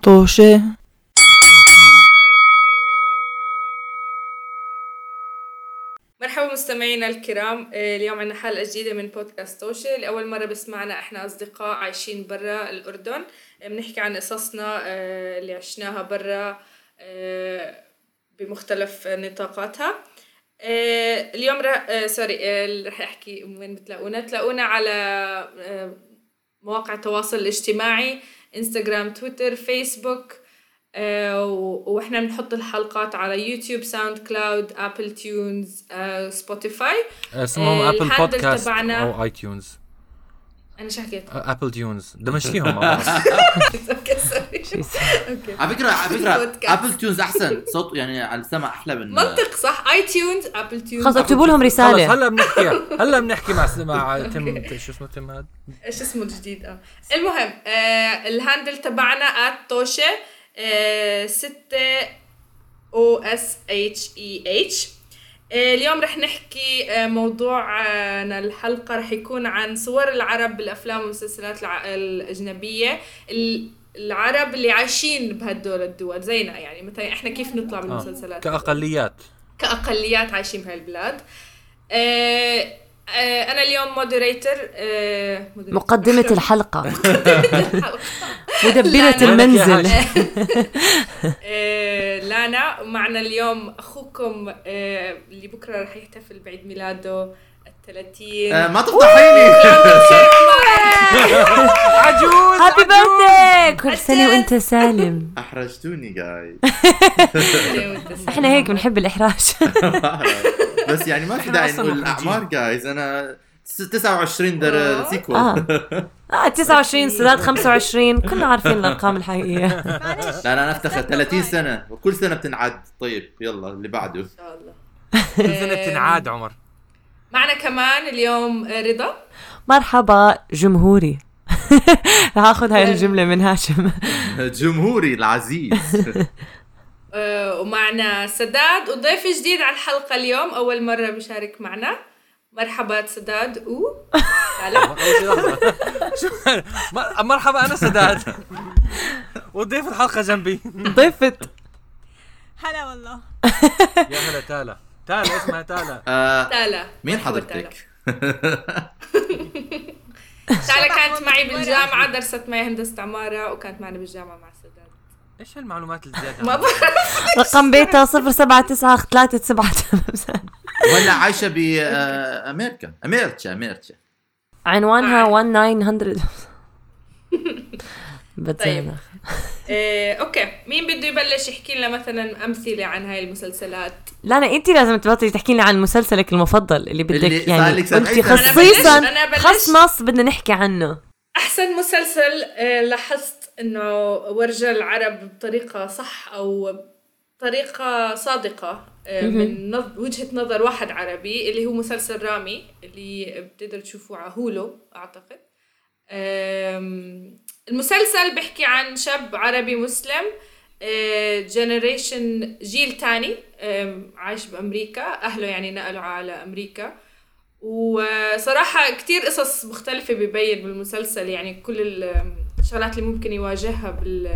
طوشة. مرحبا مستمعينا الكرام. اليوم عندنا حلقة جديدة من بودكاست توشة. لأول مرة بسمعنا احنا أصدقاء عايشين برا الأردن، بنحكي عن قصصنا اللي عشناها برا بمختلف نطاقاتها. اليوم رح أحكي وين تلاقونا على مواقع التواصل الاجتماعي، انستغرام، تويتر، فيسبوك، واحنا بنحط الحلقات على يوتيوب، ساوند كلاود، ابل تيونز، سبوتيفاي. اسمهم ابل بودكاست او اي تيونز. انا شو حكيت؟ ابل تيونز دمجتيهم مع بعض. على فكرة ابل تيونز احسن صوت، يعني على السمع احلى من منطق صح. اي تيونز، ابل تيونز. خلص اكتبوا لهم رسالة. خلص هلا بنحكي مع تم شو اسمه تم هذا ايش اسمه الجديد. المهم الهاندل تبعنا @توشة 6 OSHEH. اليوم رح نحكي موضوعنا الحلقة رح يكون عن صور العرب بالأفلام والمسلسلات الأجنبية، العرب اللي عايشين بهدول الدول زينا، يعني مثلا احنا كيف نطلع بالمسلسلات كأقليات عايشين بهالبلاد. أنا اليوم مودريتر، مقدمة الحلقة مدبرة المنزل. لانا. ومعنا اليوم أخوكم اللي بكرة رح يحتفل بعيد ميلاده 30. ما تفضحيني. عجوز. هابي بيرثداي، كل سنة وانت سالم. احرجتوني جاي. احنا هيك بنحب الإحراج. بس يعني ما في داعي نقول الأعمار جايز. أنا 29 در سيكول. 29 سداد 25 كنا عارفين الأرقام الحقيقية. لا أنا أفتخر 30 سنة وكل سنة بتنعد. طيب يلا اللي بعده إن شاء الله. كل سنة بتنعاد. عمر معنا كمان اليوم رضا. مرحبا جمهوري. رح أخذ هاي الجملة من هاشم. جمهوري العزيز. ومعنا سداد وضيف جديد على الحلقة اليوم، أول مرة بيشارك معنا. مرحبا سداد. مرحبا أنا سداد وضيف الحلقة جنبي ضيفت. هلا والله. يا هلا تالا اسمها تالا. تالا مين حضرتك؟ تالا كانت معي بالجامعة، درست معي هندسة عمارة وكانت معنا بالجامعة مع سداد. ايش هالمعلومات الزيادة؟ ما بعرف. رقم بيتها 0799375. ولا عايشة بأمريكا. أمريكا. عنوانها 1900. طيب. اوكي، مين بده يبلش يحكي لنا مثلا امثله عن هاي المسلسلات؟ لا انا انت لازم تبطلي تحكي لنا عن مسلسلك المفضل اللي بدك، يعني انت خصيصا بدنا نحكي عنه. احسن مسلسل لاحظت انه ورجى العرب بطريقه صح او طريقه صادقه من وجهه نظر واحد عربي، اللي هو مسلسل رامي اللي بتقدروا تشوفوه على هولو اعتقد. المسلسل بيحكي عن شاب عربي مسلم، جنريشن جيل تاني، عايش بأمريكا، أهله يعني نقلوا على أمريكا. وصراحة كتير قصص مختلفة بيبين بالمسلسل، يعني كل الشغلات اللي ممكن يواجهها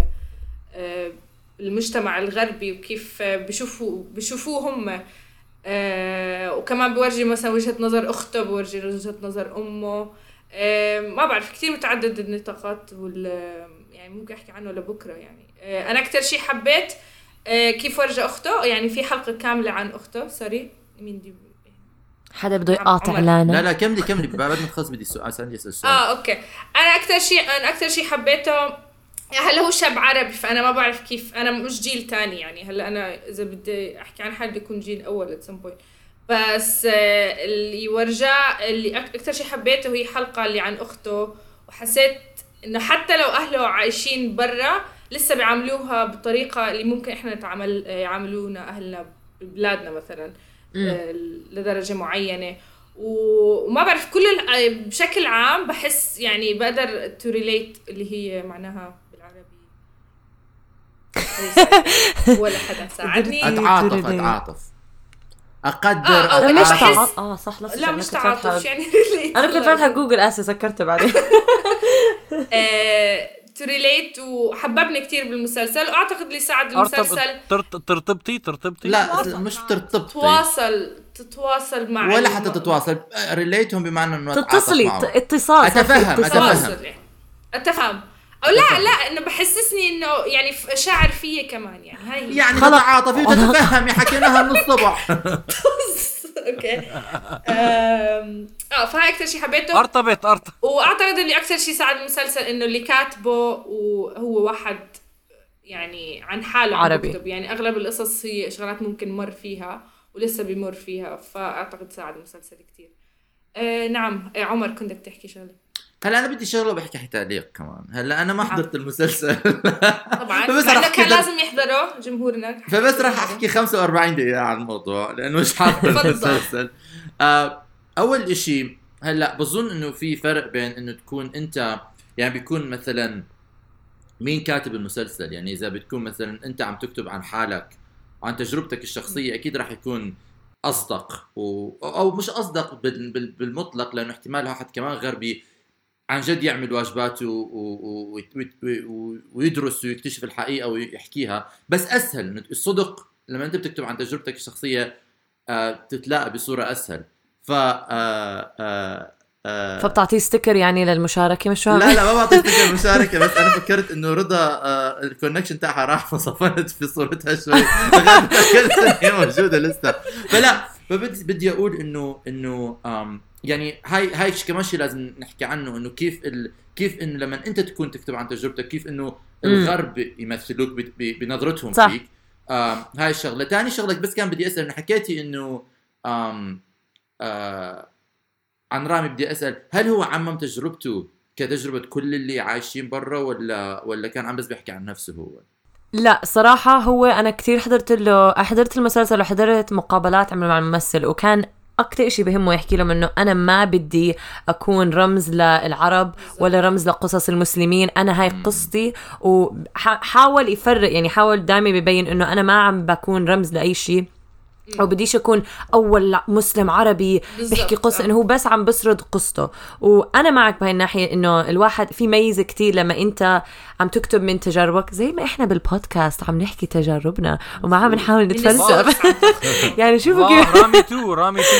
بالمجتمع الغربي وكيف بيشوفوه هم. وكمان بيورجي مثلا وجهة نظر أخته، بيورجي وجهة نظر أمه. ما بعرف، كتير متعدد النطاقات يعني ممكن أحكي عنه لبكرة. يعني أنا أكتر شيء حبيت كيف ورجى أخته، يعني في حلقة كاملة عن أخته. سوري مين دي؟ حدا بده يقاطع لانا؟ لا كملي بعد ما تخلص بدي السؤال. عندي السؤال. أوكي. أنا أكتر شيء حبيته، هلا هو شاب عربي، فأنا ما بعرف كيف، أنا مش جيل تاني يعني. هلا أنا إذا بدي أحكي عن حد بيكون جيل أول at some point. بس اللي ورجع اللي أكتر شيء حبيته هي حلقة اللي عن أخته، وحسيت إنه حتى لو أهله عايشين برا لسه بيعاملوها بطريقة اللي ممكن إحنا يعاملونا أهلنا ببلادنا مثلا لدرجة معينة. وما بعرف بشكل عام بحس يعني بقدر to relate اللي هي معناها بالعربي. ولا حدا ساعدني. أتعاطف أقدر. مش تعاطف. صح. لا مش تعاطف يعني. أنا كنت فاتحة جوجل ذكرت بعدين. تريليت وحببني كتير بالمسلسل، واعتقد اللي ساعد المسلسل ترتبطي لا مش ترتبطي، تتواصل مع ولا حتى تتواصل، ريليتهم بمعنى انه تتصلي، اتصال، اتفهم او لا انه بحسسني انه يعني شاعر فيه كمان، يعني هاي يعني تتعاطفي وتتفهمي، حكيناها من الصبح. اوكي. فهاي اكثر شيء حبيته. ارتبط. واعتقد اللي اكثر شيء ساعد المسلسل انه اللي كاتبه وهو واحد يعني عن حاله عربي، بكتب، يعني اغلب القصص هي شغلات ممكن مر فيها ولسه بيمر فيها، فاعتقد ساعد المسلسل كتير. نعم عمر كنت بدك تحكي شغله. هلا انا بدي شغله بحكي حتى تعليق كمان. هلا انا ما حضرت المسلسل طبعا لانه كان لازم يحضره جمهورنا، فبس راح احكي 45 دقيقه عن الموضوع لانه مش حاضر المسلسل. اول اشي هلا بظن انه في فرق بين انه تكون انت يعني بيكون مثلا مين كاتب المسلسل، يعني اذا بتكون مثلا انت عم تكتب عن حالك عن تجربتك الشخصيه اكيد راح يكون اصدق او مش اصدق بالمطلق، لانه احتمال واحد كمان غربي عن جد يعمل واجباته ويدرس ويكتشف الحقيقة ويحكيها، بس أسهل الصدق لما أنت بتكتب عن تجربتك الشخصية تتلاقى بصورة أسهل. فبتعطيه ستيكر يعني للمشاركة، مش فاهم؟ لا ما بعطيه ستيكر مشاركة، بس أنا فكرت إنه رضا الكونكشن تاعها راح فصفنت في صورتها شوي، فكرت هي موجودة لسه. فلا بدي أقول إنه يعني هاي كمان شيء لازم نحكي عنه، انه كيف انه لما انت تكون تكتب عن تجربتك كيف انه الغرب يمثلوك بنظرتهم صح. فيك. هاي الشغله. تاني شغله بس كان بدي اسال، انه حكيتي انه عن رامي، بدي اسال هل هو عمم تجربته كتجربه كل اللي عايشين برا ولا كان عم بس بيحكي عن نفسه هو؟ لا صراحه هو انا كتير حضرت المسلسل وحضرت مقابلات عمل مع الممثل، وكان أكتر إشي بهمه يحكي لهم إنه أنا ما بدي أكون رمز للعرب ولا رمز لقصص المسلمين، أنا هاي قصتي. وحاول يفرق، يعني حاول دائما بيبين إنه أنا ما عم بكون رمز لأي شيء، أو بديش أكون أول مسلم عربي بيحكي قصة، إنه هو بس عم بسرد قصته. وأنا معك بهاي الناحية، إنه الواحد في ميزة كتير لما أنت عم تكتب من تجاربك، زي ما إحنا بالبودكاست عم نحكي تجاربنا وما عم نحاول نتفلسف. يعني شوفوا كيف رامي تو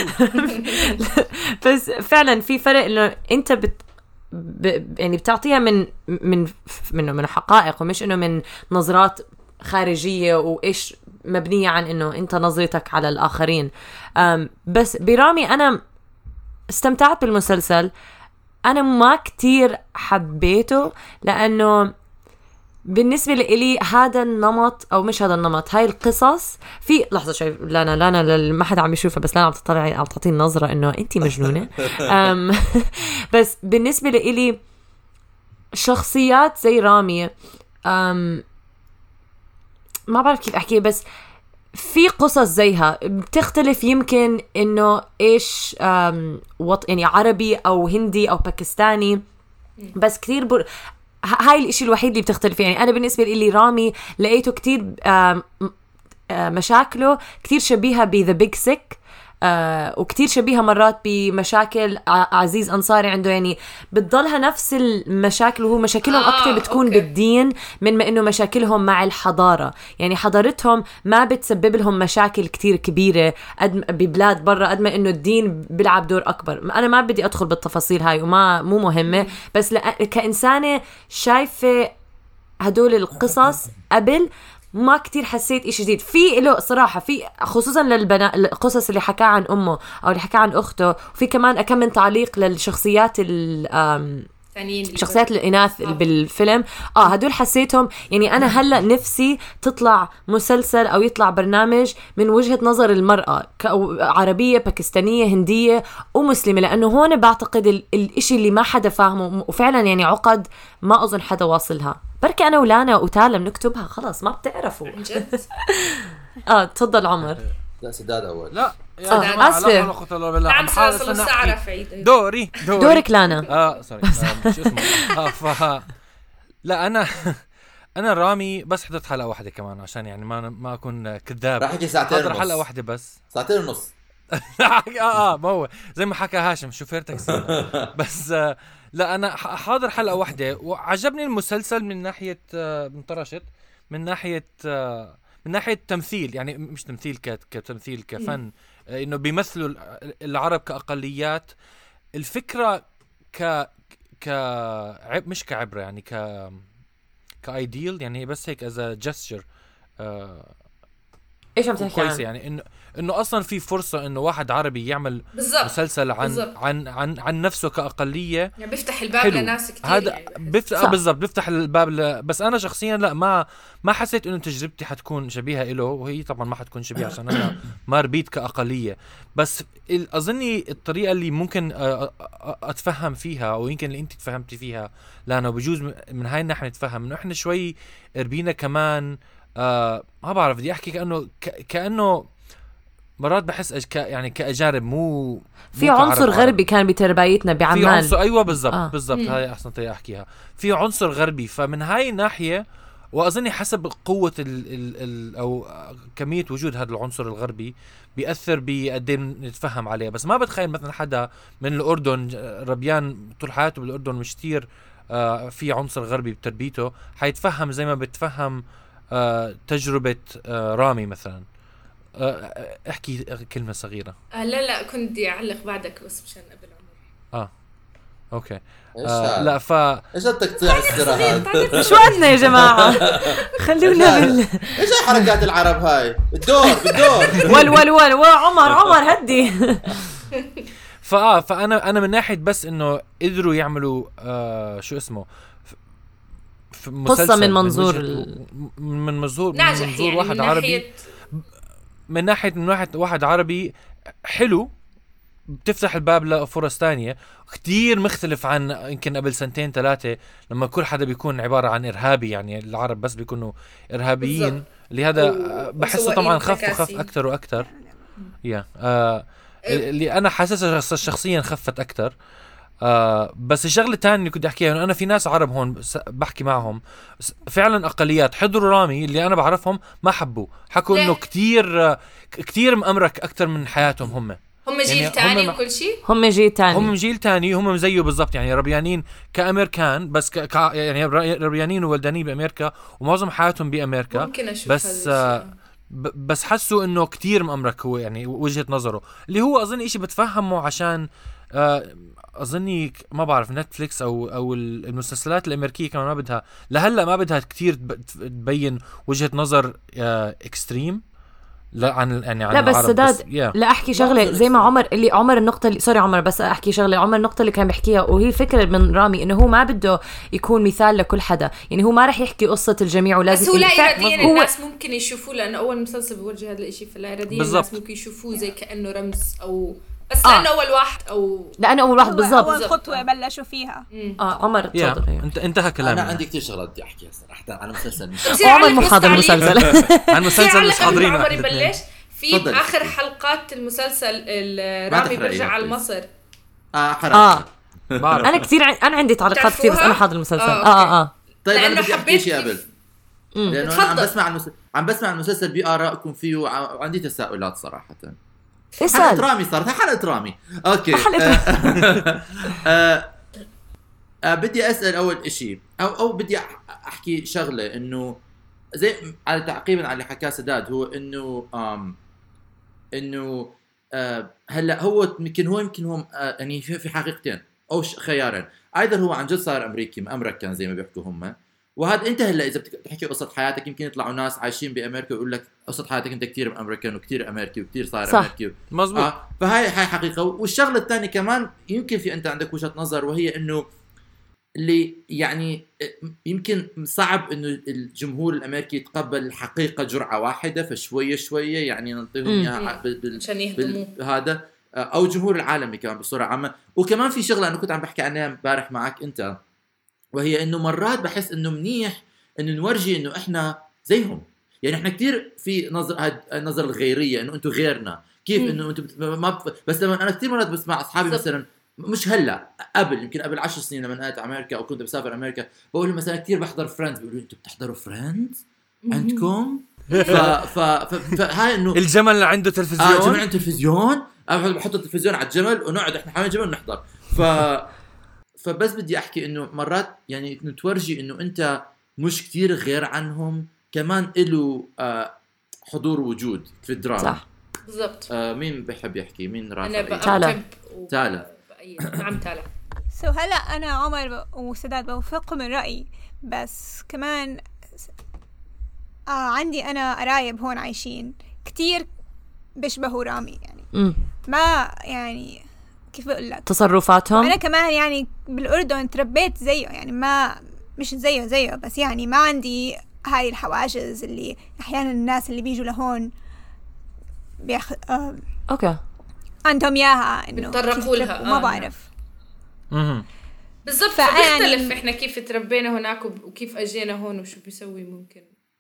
بس فعلا في فرق، إنه أنت يعني بتعطيها من حقائق، ومش إنه من نظرات خارجية وإيش مبنية عن إنه أنت نظرتك على الآخرين. بس برامي أنا استمتعت بالمسلسل، أنا ما كتير حبيته لأنه بالنسبة لي هذا النمط، أو مش هذا النمط، هاي القصص في لحظة شوي لانا ما حدا عم يشوفها، بس لانا عم تطلعي عم تعطيني نظرة إنه أنتي مجنونة. بس بالنسبة لي شخصيات زي رامي ما بعرف كيف أحكي، بس في قصص زيها بتختلف، يمكن إنه إيش يعني عربي أو هندي أو باكستاني، بس كتير هاي الإشي الوحيد اللي بتختلف. يعني أنا بالنسبة لي رامي لقيته كتير مشاكله كتير شبيهة بذا بيج سيك، وكتير شبيهة مرات بمشاكل عزيز أنصاري عنده، يعني بتضلها نفس المشاكل، وهو مشاكلهم أكتر بتكون بالدين من ما إنه مشاكلهم مع الحضارة. يعني حضارتهم ما بتسبب لهم مشاكل كتير كبيرة ببلاد برا، قد ما إنه الدين بيلعب دور أكبر. أنا ما بدي أدخل بالتفاصيل هاي مو مهمة، بس كإنسانة شايفة هدول القصص قبل ما كتير حسيت إشي جديد في له صراحة، في خصوصا القصص اللي حكاه عن أمه أو اللي حكاه عن أخته، وفي كمان أكم من تعليق للشخصيات شخصيات الإناث بالفيلم. هدول حسيتهم، يعني أنا هلأ نفسي تطلع مسلسل أو يطلع برنامج من وجهة نظر المرأة، عربية باكستانية هندية ومسلمة، لأنه هون بعتقد الإشي اللي ما حدا فاهمه، وفعلا يعني عقد ما أظن حدا واصلها. بركي أنا ولانا وتالم نكتبها خلاص ما بتعرفوا. جد. تفضل عمر. لا سداد أول. لا أسف. نعم سأعرف عيد. دورك لانا. سوري شو اسمه. لا أنا رامي بس حضرت حلقة واحدة كمان، عشان يعني ما أكون كذاب. راح أحكي ساعتين ونص. حلقة واحدة بس. ساعتين ونص. ما هو زي ما حكى هاشم شوفير تاكسي. بس لا انا حاضر حلقه واحده وعجبني المسلسل من ناحيه انطرشت من ناحيه تمثيل، يعني مش تمثيل كتمثيل كفن، انه بيمثلوا العرب كاقليات. الفكره مش كعبره، يعني كايديال، يعني بس هيك از جستشر ايش عم تحكي كويس، يعني انه اصلا في فرصه انه واحد عربي يعمل بالزبط. مسلسل بالزبط. عن نفسه كاقليه، يعني بيفتح الباب حلو. لناس كتير، هذا يعني بالضبط بيفتح الباب بس انا شخصيا لا ما حسيت انه تجربتي حتكون شبيهه له، وهي طبعا ما حتكون شبيهه عشان انا ما ربيت كاقليه. بس اظني الطريقه اللي ممكن اتفهم فيها، او يمكن اللي انت تفهمتي فيها لانه بجوز من هاي الناحيه نتفهم انه احنا شوي ربينا كمان. ما بعرف بدي احكي كانه مرات بحس يعني كأجانب مو في عنصر غربي كان بتربايتنا بعمان. في عنصر، ايوه بالضبط هاي احسن طريقه احكيها. في عنصر غربي، فمن هاي الناحيه واظني حسب قوه او كميه وجود هذا العنصر الغربي بيأثر بقد ايه نتفهم عليه. بس ما بتخيل مثلا حدا من الاردن ربيان طول حياته بالاردن مش كتير في عنصر غربي بتربيته حيتفهم زي ما بتفهم تجربه رامي مثلا. احكي كلمة صغيرة. لا كنت بدي اعلق بعدك بس مشان قبل عمر. اوكي. لا ايش بدك تقطيع الصراحة؟ شو عندنا يا جماعة؟ خلونا ايش حركات العرب هاي؟ بالدور ول عمر هدي. فانا من ناحية بس انه قدروا يعملوا شو اسمه قصة من منظور يعني واحد عربي، من ناحية واحد عربي حلو، بتفتح الباب لفرص تانية كتير مختلف عن يمكن قبل 2-3 لما كل حدا بيكون عبارة عن إرهابي. يعني العرب بس بيكونوا إرهابيين بالزبط. اللي هذا بحسه طبعا خف أكتر وأكتر. اللي أنا حاسسها شخصيا خفت أكتر. بس الشغله الثانيه اللي كنت احكيها انه انا في ناس عرب هون بحكي معهم فعلا اقليات حضروا رامي اللي انا بعرفهم ما حبوا، حكوا انه كتير مأمرك اكثر من حياتهم. هم جيل يعني تاني وكل شيء، هم جيل تاني هم زيه بالضبط، يعني ربيانين كامريكان بس يعني ربيانين وولدانين بامريكا ومعظم حياتهم بامريكا. بس حسوا انه كتير مأمرك هو، يعني وجهة نظره اللي هو اظن اشي بتفهمه عشان اظني ما بعرف نتفليكس او المسلسلات الامريكيه كمان ما بدها لهلا ما بدها كتير تبين وجهة نظر اكستريم لا عن يعني عن لا بس سداد لا احكي شغله زي ما عمر النقطه اللي سوري عمر بس احكي شغله عمر النقطه اللي كان بيحكيها وهي فكره من رامي انه هو ما بده يكون مثال لكل حدا، يعني هو ما راح يحكي قصه الجميع ولازم بس هو لا إراديا الناس ممكن يشوفوه لانه اول مسلسل بيورجي هذا الاشي، فلا إراديا الناس ممكن يشوفوه زي كانه رمز او بس لانه اول واحد او لانه اول واحد بالضبط اول خطوه بلشوا فيها. عمر تفضل. انتهى كلامي. انا عندي كثير شغلات بدي احكيها صراحه عن مسلسل عمر مو حاضر المسلسل عن مسلسل مش حاضرين. عمر يبلش في اخر حلقات المسلسل رامي بيرجع على مصر. بعرف انا كثير انا عندي تعليقات كثير بس انا حاضر المسلسل. طيب انا بدي احكي شيء قبل لانه انا عم بسمع المسلسل بآرائكم فيه وعندي تساؤلات صراحه. حلقة رامي صارت حلقة رامي. اوكي بدي اسال اول اشي او بدي احكي شغله انه زي على تعقيبا على اللي حكاه سداد، هو انه هلا هو يمكن هم يعني في حقيقتين او خيارين، ايضا هو عن جد صار امريكان زي ما بيحكوا هم، وهذا انت هلا اذا بتحكي قصه حياتك يمكن يطلعوا ناس عايشين بامريكا ويقول لك قصه حياتك انت كثير امريكان وكثير امريكي وكثير صار امريكي مزبوط. فهاي حقيقه. والشغله الثانيه كمان يمكن في انت عندك وجهه نظر، وهي انه اللي يعني يمكن صعب انه الجمهور الامريكي يتقبل الحقيقه جرعه واحده، فشويه شويه يعني نعطيهم اياها هذا او الجمهور العالمي كمان بصوره عامه. وكمان في شغله انا كنت عم بحكي عنها امبارح معك انت، وهي انه مرات بحس انه منيح انه نورجي انه احنا زيهم، يعني احنا كتير في النظر الغيريه انه انتم غيرنا، كيف انه انتم ما بس لما انا كتير مرات بسمع اصحابي مثلا مش هلا يمكن قبل 10 سنين لما نقلت امريكا او كنت بسافر امريكا بقول مثلا كتير بحضر فريندز، بيقولوا انتم بتحضروا فريندز عندكم فهاي انه الجمل عنده تلفزيون الجمل عنده تلفزيون انا بحط التلفزيون على الجمل ونقعد احنا حوالين الجمل ونحضر. فبس بدي احكي انه مرات يعني نتورجي انه انت مش كتير غير عنهم، كمان له حضور وجود في الدراما. صح بالضبط. مين بحب يحكي؟ مين رافع؟ تالا. نعم تالا. هلا انا عمر وسداد بوافقكم الرأي، بس كمان عندي انا قرايب هون عايشين كتير بيشبهوا رامي يعني. ما يعني كيف بقول لك تصرفاتهم. انا كمان يعني بالاردن تربيت زيه، يعني ما مش زيه بس يعني ما عندي هاي الحواجز اللي احيانا الناس اللي بيجوا لهون اوكي عندهم اياها انه بيتطرقوا لها. وما بعرف. بالضبط. فبيختلف احنا كيف تربينا هناك وكيف اجينا هون وشو بيسوي ممكن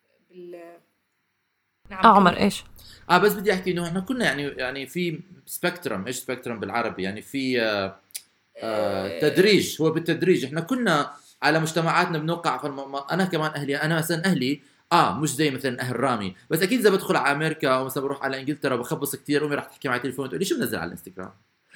نعم. عمر ايش؟ بس بدي احكي انه احنا كنا يعني في سبيكترم. ايش سبيكترم بالعربي؟ يعني في تدريج. هو بالتدريج احنا كنا على مجتمعاتنا بنوقع انا كمان اهلي، انا مثلا اهلي مش زي مثلا اهل رامي، بس اكيد اذا بدخل على امريكا او مثلا بروح على انجلترا بخبص كتير، امي راح تحكي معي تليفون تقول لي شو منزل على الانستغرام.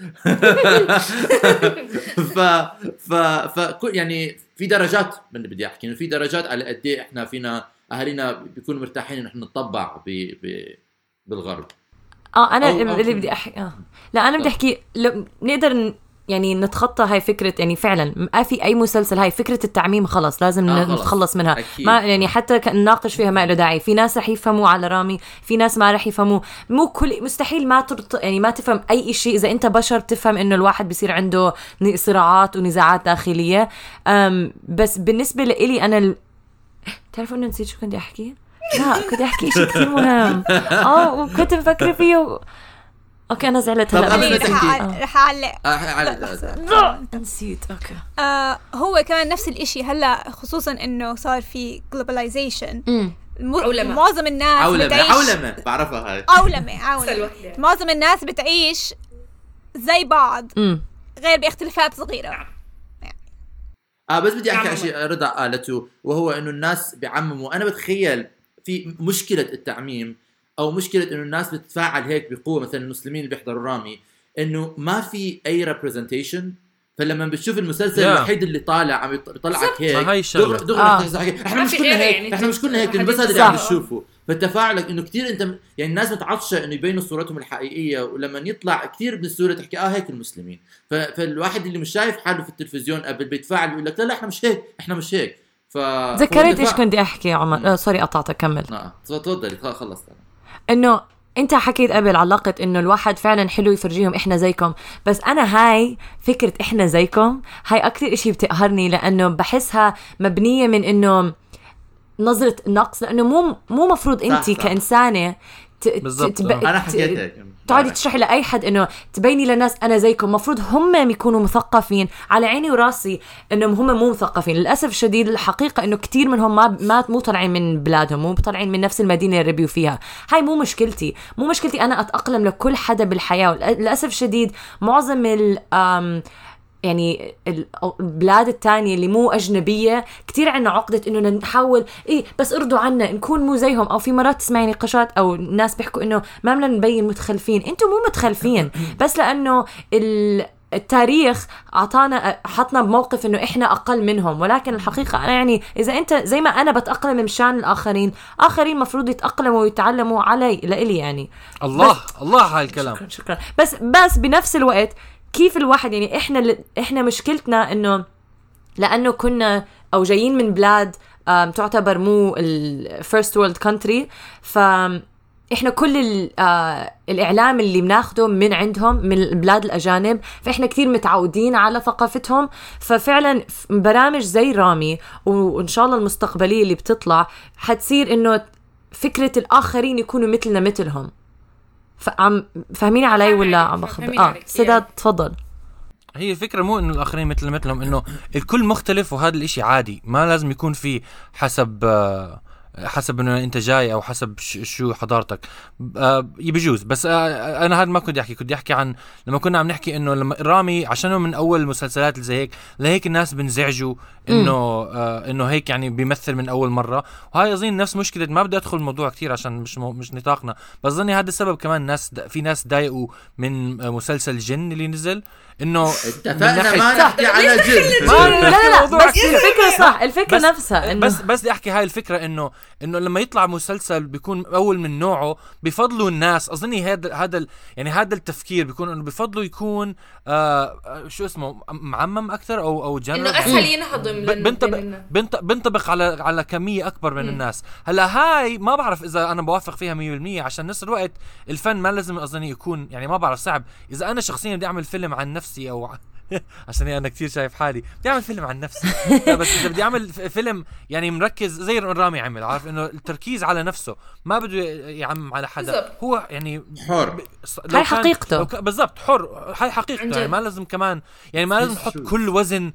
يعني في درجات من بدي احكي انه في درجات على قد ايه احنا فينا اهالينا بيكونوا مرتاحين انه احنا نطبع بالغرب. انا اللي بدي احكي لا انا بدي احكي نقدر يعني نتخطى هاي فكرة، يعني فعلا ما في أي مسلسل هاي فكرة التعميم خلص لازم نتخلص منها. أكيد. ما يعني حتى نناقش فيها ما له داعي. في ناس رح يفهموا على رامي، في ناس ما رح يفهموا. مو كل مستحيل ما يعني ما تفهم أي شيء. إذا أنت بشر بتفهم إنه الواحد بيصير عنده صراعات ونزاعات داخلية. بس بالنسبة لإلي أنا تعرفوا إنه نسيت شو كنت أحكي؟ لا كنت أحكي شيء كتير مهم. وكنت مفكرة فيه اوكي انا زعلت هلا. رح اعلق. نسيت. اوكي هو كمان نفس الاشي هلا، خصوصا انه صار في globalization. معظم الناس عولمة بعرفها هاي. عولمة. معظم الناس بتعيش زي بعض غير باختلافات صغيرة. بس بدي احكي شيء رضا قالته، وهو انه الناس بيعمموا. انا بتخيل في مشكلة التعميم او مشكله انه الناس بتتفاعل هيك بقوه، مثلا المسلمين اللي بيحضروا رامي انه ما في اي ريبريزنتيشن. فلما بتشوف المسلسل الوحيد اللي طالع عم يطلعك هيك دغري احنا مش كلنا هيك يعني، احنا مش كلنا هيك، بس هذا اللي عم تشوفه. فالتفاعلك انه كتير انت يعني الناس متعطشه انه يبينوا صورتهم الحقيقيه، ولما يطلع كتير من الصوره تحكي هيك المسلمين. فالواحد اللي مش شايف حاله في التلفزيون قبل بيتفاعل بيقول لك لا احنا مش هيك. ذكرت ايش كنت احكي عمر. سوري قطعتك، كمل. تفضلي خلصت. انه انت حكيت قبل علاقة انه الواحد فعلا حلو يفرجيهم احنا زيكم، بس انا هاي فكرة احنا زيكم هاي اكتر اشي بتقهرني، لانه بحسها مبنية من انه نظرة نقص، لانه مو مفروض انتي كإنسانة انا حكيت هيك تقعدي تشرحي لاي حد انه تبيني للناس انا زيكم. مفروض هم يكونوا مثقفين. على عيني وراسي انهم هم مو مثقفين للاسف الشديد. الحقيقه انه كتير منهم مو طالعين من بلادهم، مو طالعين من نفس المدينه اللي ربيوا فيها. هاي مو مشكلتي انا اتاقلم لكل حدا بالحياه. للاسف الشديد معظم يعني البلاد التانية اللي مو أجنبية كتير عنا عقدة إنه نحاول بس ارضوا عنا نكون مو زيهم. أو في مرات تسمعي نقاشات أو ناس بيحكوا إنه ما بدنا نبين متخلفين. أنتوا مو متخلفين، بس لأنه التاريخ حطنا بموقف إنه إحنا أقل منهم. ولكن الحقيقة أنا يعني إذا أنت زي ما أنا بتأقلم مشان الآخرين مفروض يتأقلموا ويتعلموا لإلي يعني. الله هاي الكلام. شكرا. بس بنفس الوقت كيف الواحد يعني احنا مشكلتنا انه لانه كنا او جايين من بلاد تعتبر مو الفيرست وورلد كونتري، فاحنا كل الاعلام اللي بناخده من عندهم من البلاد الاجانب، فاحنا كتير متعودين على ثقافتهم. ففعلا برامج زي رامي وان شاء الله المستقبليه اللي بتطلع حتصير انه فكره الاخرين يكونوا مثلنا مثلهم. فاهمين علي ولا عم بخبر؟ سداد تفضل. هي الفكرة مو انه الاخرين مثلهم، انه الكل مختلف، وهذا الاشي عادي. ما لازم يكون في حسب حسب انه انت جاي او حسب شو حضارتك بيجوز. بس انا هذا ما كنت احكي عن لما كنا عم نحكي انه لما رامي عشانه من اول المسلسلات اللي زي هيك لهيك الناس بنزعجوا انه هيك يعني بيمثل من اول مره. وهاي اظن نفس مشكله، ما بدي ادخل الموضوع كتير عشان مش نطاقنا، بس اظني هذا السبب كمان في ناس ضايقوا من مسلسل جن اللي نزل انه اتفقنا ما نحكي على جن. لا بس الفكره صح، الفكره نفسها إنه بس بدي احكي هاي الفكره انه لما يطلع مسلسل بيكون اول من نوعه بفضلوا الناس. اظني هذا يعني هذا التفكير بيكون انه بفضلوا يكون شو اسمه معمم اكثر او جنرال، انه اسهل ينهضم بنطبق على كميه اكبر من الناس. هلا هاي ما بعرف اذا انا بوافق فيها 100% عشان نفس الوقت الفن ما لازم اظني يكون يعني ما بعرف صعب. اذا انا شخصيا بدي اعمل فيلم عن نفسي او عشان انا كتير شايف حالي بدي اعمل فيلم عن نفسي بس اذا بدي اعمل فيلم يعني مركز زي رامي عمل، عارف انه التركيز على نفسه ما بده يعمم على حدا بالزبط. هو يعني حر، هاي حقيقته بالضبط حر، هاي حقيقته يعني ما لازم كمان يعني ما لازم نحط كل وزن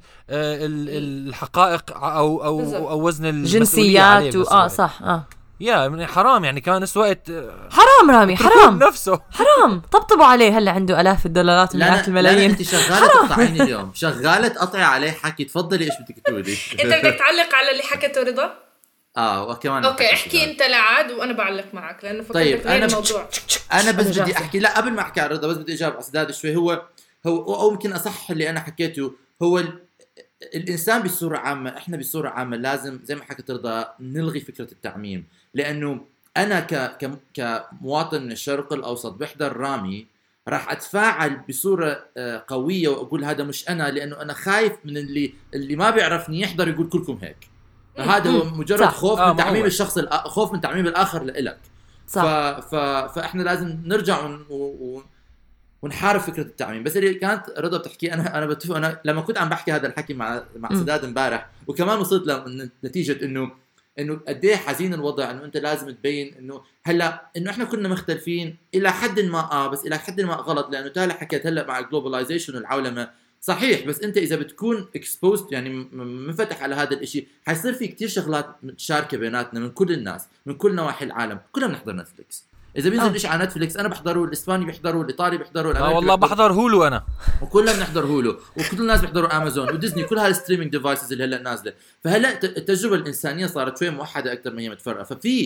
الحقائق او وزن الجنسيات صح يا حرام يعني كمان نفس وقت حرام رامي حرام نفسه حرام طبطبوا عليه. هلا عنده آلاف الدولارات ومئات الملايين. انت شغاله تقطعيني اليوم، شغاله تقطعي عليه حكي. تفضلي ايش بدك تقولي؟ انت بدك تعلق على اللي حكته رضا؟ وكمان اوكي احكي انت لعاد وانا بعلق معك لانه فكرت طيب الموضوع. انا بس بدي احكي لا قبل ما احكي على رضا بس بدي اجاوب على سداد شوي. هو او ممكن اصح اللي انا حكيته. هو الانسان بصوره عامه، احنا بصوره عامه لازم زي ما حكيت رضا نلغي فكره التعميم. لانه انا كمواطن من الشرق الاوسط بحضر رامي راح اتفاعل بصوره قويه واقول هذا مش انا، لانه انا خايف من اللي ما بيعرفني يحضر يقول كلكم هيك. فهذا هو مجرد خوف من تعميم الشخص، خوف من تعميم الاخر لإلك. فاحنا لازم نرجع ونحارب فكره التعميم. بس اللي كانت رضا بتحكي انا بتفق. انا لما كنت عم بحكي هذا الحكي مع سداد امبارح وكمان وصلت لنتيجه انه قد ايه حزين الوضع، انه انت لازم تبين انه هلا انه احنا كنا مختلفين الى حد ما بس الى حد ما غلط. لانه تالي حكيت هلا مع الجلوباليزيشن والعولمه صحيح، بس انت اذا بتكون اكسبوزد يعني منفتح على هذا الاشي حيصير في كتير شغلات متشاركه بيناتنا من كل الناس من كل نواحي العالم. كلنا بنحضر نتفليكس. اذا بينزل شيء على نتفليكس انا بحضره، الاسباني بيحضره، الايطالي بيحضره، والله بحضر هولو انا، وكلنا بنحضر هولو، وكل الناس بيحضروا امازون وديزني، كل هالستريمينج ديفايسز اللي هلا نازله. فهلا التجربه الانسانيه صارت شوي موحده اكثر ما هي متفرقه.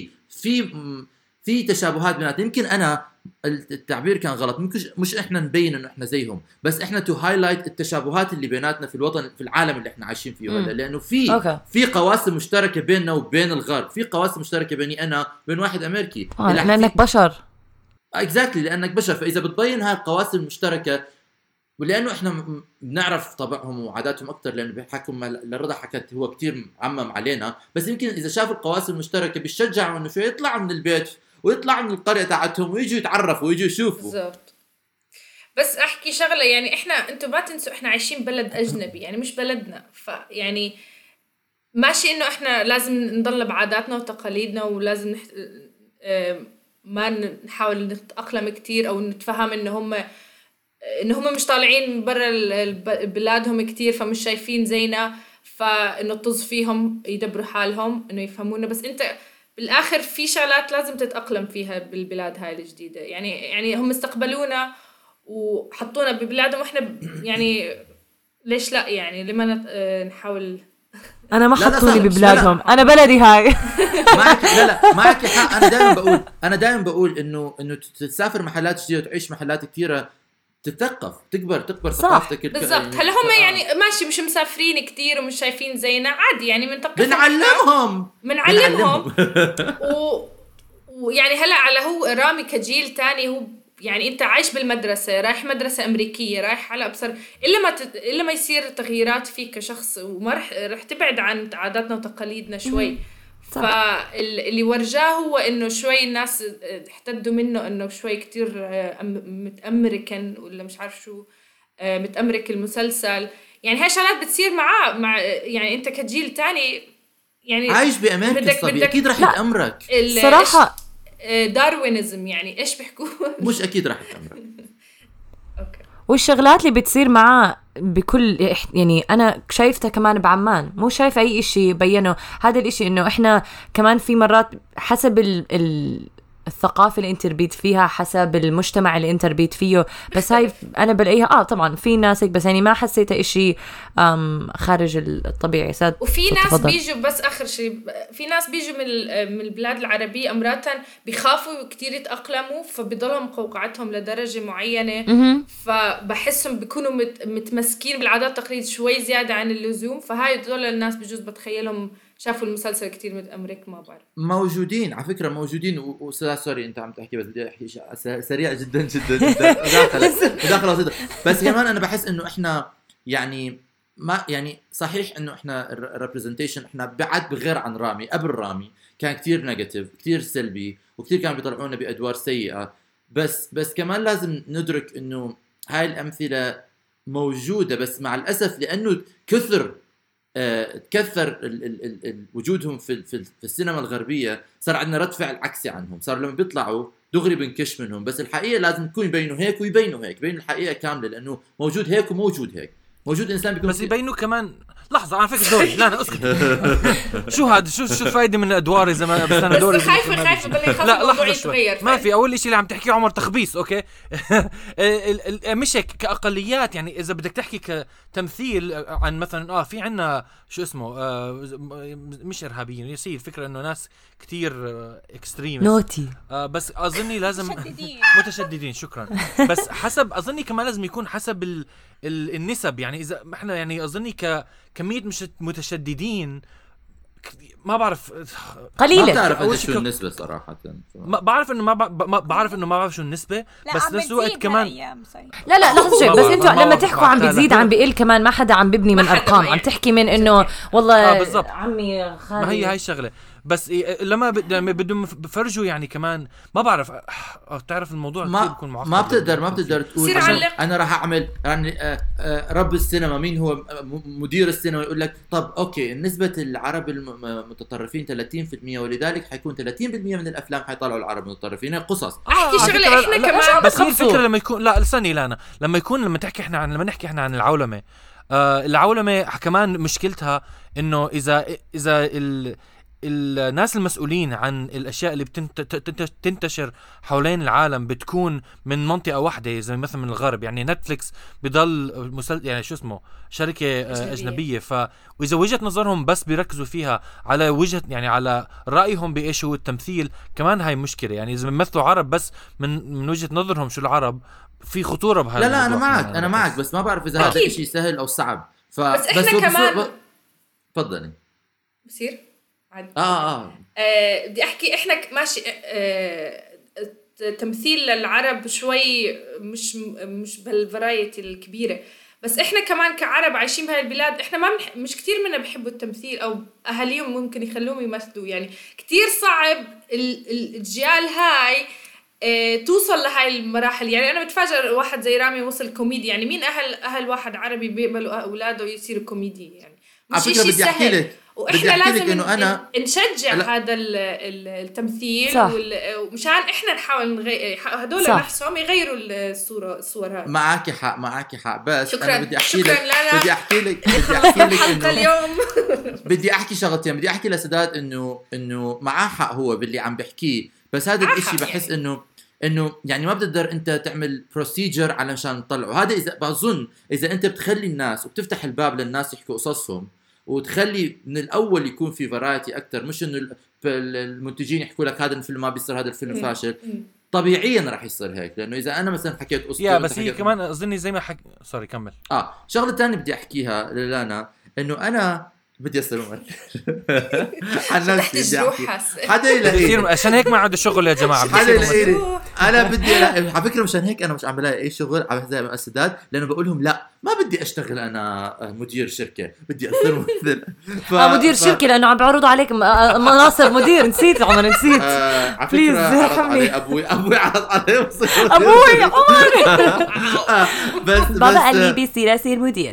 في تشابهات بيناتنا. يمكن انا التعبير كان غلط، مش احنا نبين انه احنا زيهم، بس احنا تو هايلايت التشابهات اللي بيناتنا في الوطن في العالم اللي احنا عايشين فيه هلا. لانه في قواسم مشتركه بيننا وبين الغرب، في قواسم مشتركه بيني انا وبين واحد امريكي لانك بشر. اكزاكتلي لانك بشر. فاذا بتبين هاي القواسم المشتركه، ولانه احنا بنعرف طبعهم وعاداتهم اكثر، لانه بيحكم لرضا حكت هو كتير معمم علينا، بس يمكن اذا شافوا القواسم المشتركه بيشجعوا انه شو يطلعوا من البيت ويطلعوا من القريه تاعتهم ويجوا يتعرفوا ويجوا يشوفوا. بالضبط. بس احكي شغله، يعني احنا انتم ما تنسوا احنا عايشين بلد اجنبي، يعني مش بلدنا. فيعني ماشي انه احنا لازم نضل بعاداتنا وتقاليدنا، ولازم ما نحاول نتاقلم كتير او نتفهم ان هم مش طالعين برا بلادهم كتير فمش شايفين زينا، فانه طز فيهم يدبروا حالهم انه يفهمونا. بس انت بالاخر في شغلات لازم تتاقلم فيها بالبلاد هاي الجديده. يعني هم استقبلونا وحطونا ببلادهم واحنا يعني ليش لا؟ يعني لما نحاول. انا ما حطوني ببلادهم، انا بلدي هاي. معك حق. انا دائما بقول انه تسافر محلات جديده وتعيش محلات كثيره، تتثقف، تكبر ثقافتك. بالضبط. هلا هم يعني ماشي مش مسافرين كتير ومش شايفين زينا، عادي يعني بنعلمهم ويعني هلا على هو رامي كجيل تاني، هو يعني انت عايش بالمدرسه، رايح مدرسه امريكيه، رايح على ابصر الا ما يصير تغييرات فيك كشخص، وما رح تبعد عن عاداتنا وتقاليدنا شوي. فاللي ورجاه هو انه شوي الناس احتدوا منه انه شوي كتير متأمريكان ولا مش عارف شو متأمريك المسلسل. يعني هاي شغلات بتصير مع يعني انت كجيل تاني يعني عايش بأمريكا اكيد رح يتأمرك صراحة. داروينزم يعني ايش بيحكوا؟ مش اكيد رح يتأمرك. اوكي. والشغلات اللي بتصير معاه بكل يعني أنا شايفتها كمان بعمان، مو شايفة أي إشي بينه هذا الإشي، إنه إحنا كمان في مرات حسب الثقافة اللي انت ربيت فيها، حسب المجتمع اللي انت ربيت فيه، بس هاي انا بلاقيها طبعا في ناس هيك، بس يعني ما حسيتها اشي خارج الطبيعي. وفي ناس بيجوا، بس اخر شيء، في ناس بيجوا من البلاد العربية امرات بيخافوا كتير يتأقلموا، فبيضلهم قوقعتهم لدرجة معينة، فبحسهم بيكونوا متمسكين بالعادات والتقاليد شوي زيادة عن اللزوم، فهاي دول الناس بجوز بتخيلهم شافوا المسلسل كتير من أمريكا، ما بعرف. موجودين على فكرة، موجودين. سوري أنت عم تحكي، بس بدي أحكي سريع جدا جدا داخل بس كمان أنا بحس إنه إحنا يعني ما يعني صحيح إنه إحنا الريبريزنتيشن إحنا بعد بغير عن رامي. قبل رامي كان كتير نيجاتيف، كتير سلبي، وكتير كانوا بيطلعونا بأدوار سيئة، بس كمان لازم ندرك إنه هاي الأمثلة موجودة، بس مع الأسف لأنه تكثر وجودهم في السينما الغربية، صار عندنا رد فعل عكسي عنهم. صار لما بيطلعوا دغري بنكش منهم، بس الحقيقة لازم يكون يبينوا هيك ويبينوا هيك، يبينوا الحقيقة كاملة، لأنه موجود هيك وموجود هيك. موجود إنسان بيكون بس يبينوا كمان. لحظة أنا فكر دوري، لا أنا أسكت. شو هذا؟ شو الفائدة من الأدوار إذا ما بس أنا دوري؟ بس خايفة بالله يخاف الموضوع يتغير. ما في أول إشي اللي عم تحكيه عمر تخبيص، أوكي. مش هيك كأقليات، يعني إذا بدك تحكي كتمثيل عن مثلا في عنا شو اسمه مش إرهابيين، يصير الفكرة إنه ناس كتير إكستريم نوتي، بس أظني لازم متشددين. شكرا. بس حسب أظني كمان لازم يكون حسب النسب، يعني إذا إحنا يعني أظني كمية مش متشددين ما بعرف قليلة. ما بتعرف شو النسبة صراحة. ما بعرف إنه ما بعرف شو النسبة، بس نفس الوقت كمان لا لحظة شوي، بس انتوا لما تحكوا عم بتزيد عم بيقل كمان، ما حدا عم ببني من أرقام، عم تحكي من إنه والله عمي خالي. ما هي هاي الشغلة، بس لما بدهم بفرجوا يعني كمان ما بعرف. تعرف الموضوع كتير بيكون معقد. ما بتقدر تقول أنا راح أعمل يعني رب السينما مين هو مدير السينما، يقول لك طب أوكي نسبة العرب المتطرفين 30%، ولذلك حيكون 30% من الأفلام حيطلعوا العرب المتطرفين. قصص أحكي شغلة إحنا كمان، بس هي الفكرة لما يكون لما نحكي إحنا عن العولمة. العولمة كمان مشكلتها إنه إذا الناس المسؤولين عن الأشياء اللي بتنتشر حوالين العالم بتكون من منطقة واحدة، زي مثلا من الغرب، يعني نتفليكس بضل يعني شو اسمه شركة أجنبية، وإذا وجهة نظرهم بس بيركزوا فيها على وجهة يعني على رأيهم بإيش هو التمثيل، كمان هاي مشكلة. يعني إذا بيمثلوا عرب بس من وجهة نظرهم شو العرب، في خطورة بهذا. لا أنا معك بس ما بعرف إذا هذا إشي سهل أو صعب. بس إحنا كمان تفضلي بصير بدي احكي احنا ماشي تمثيل للعرب شوي مش بالفرايتي الكبيره، بس احنا كمان كعرب عايشين بهاي البلاد، احنا ما مش كتير منا بيحبوا التمثيل، او اهاليهم ممكن يخلوهم يمثلوا. يعني كتير صعب الجيال هاي توصل لهاي المراحل. يعني انا بتفاجئ واحد زي رامي وصل كوميدي، يعني مين اهل واحد عربي بيقبلوا اولاده يصيروا كوميدي؟ يعني مش شيء سهل. واحنا لازم نشجع هذا التمثيل، ومشان احنا نحاول هدول نفسهم يغيروا الصور هاي. معاكي حق بس شكراً. انا بدي احكي لك الحلقه اليوم بدي احكي شغلتين. بدي احكي لسداد انه معاه حق هو باللي عم بحكيه، بس هذا الاشي بحس انه يعني ما بتقدر انت تعمل بروسيجر علشان تطلعه. هذا اذا بظن اذا انت بتخلي الناس وبتفتح الباب للناس يحكوا قصصهم، وتخلي من الأول يكون في فرايتي أكتر، مش إنه المنتجين يحكوا لك هذا الفيلم ما بيصير، هذا الفيلم فاشل، طبيعيا راح يصير هيك. لأنه إذا أنا مثلا حكيت قصة بس هي كمان أظني زي ما سوري كمل. شغلة تانية بدي أحكيها للانا، إنه أنا بدي أسأل عن نفسي. حدا يلاقي عشان هيك ما عنده شغل يا جماعة. حدا يلاقي أنا بدي على فكرة مشان هيك أنا مش عم بلاقي أي شغل على زي السداد، لأنه بقولهم لا ما بدي أشتغل أنا مدير شركة، بدي أصير ممثل. مدير شركة لأنه عم بعرضوا عليك مناصب مدير. نسيت عمر نسيت. على فكرة عرض علي أبوي عرض علي أبوي عمر بس بابا قال لي بيصير أصير مدير.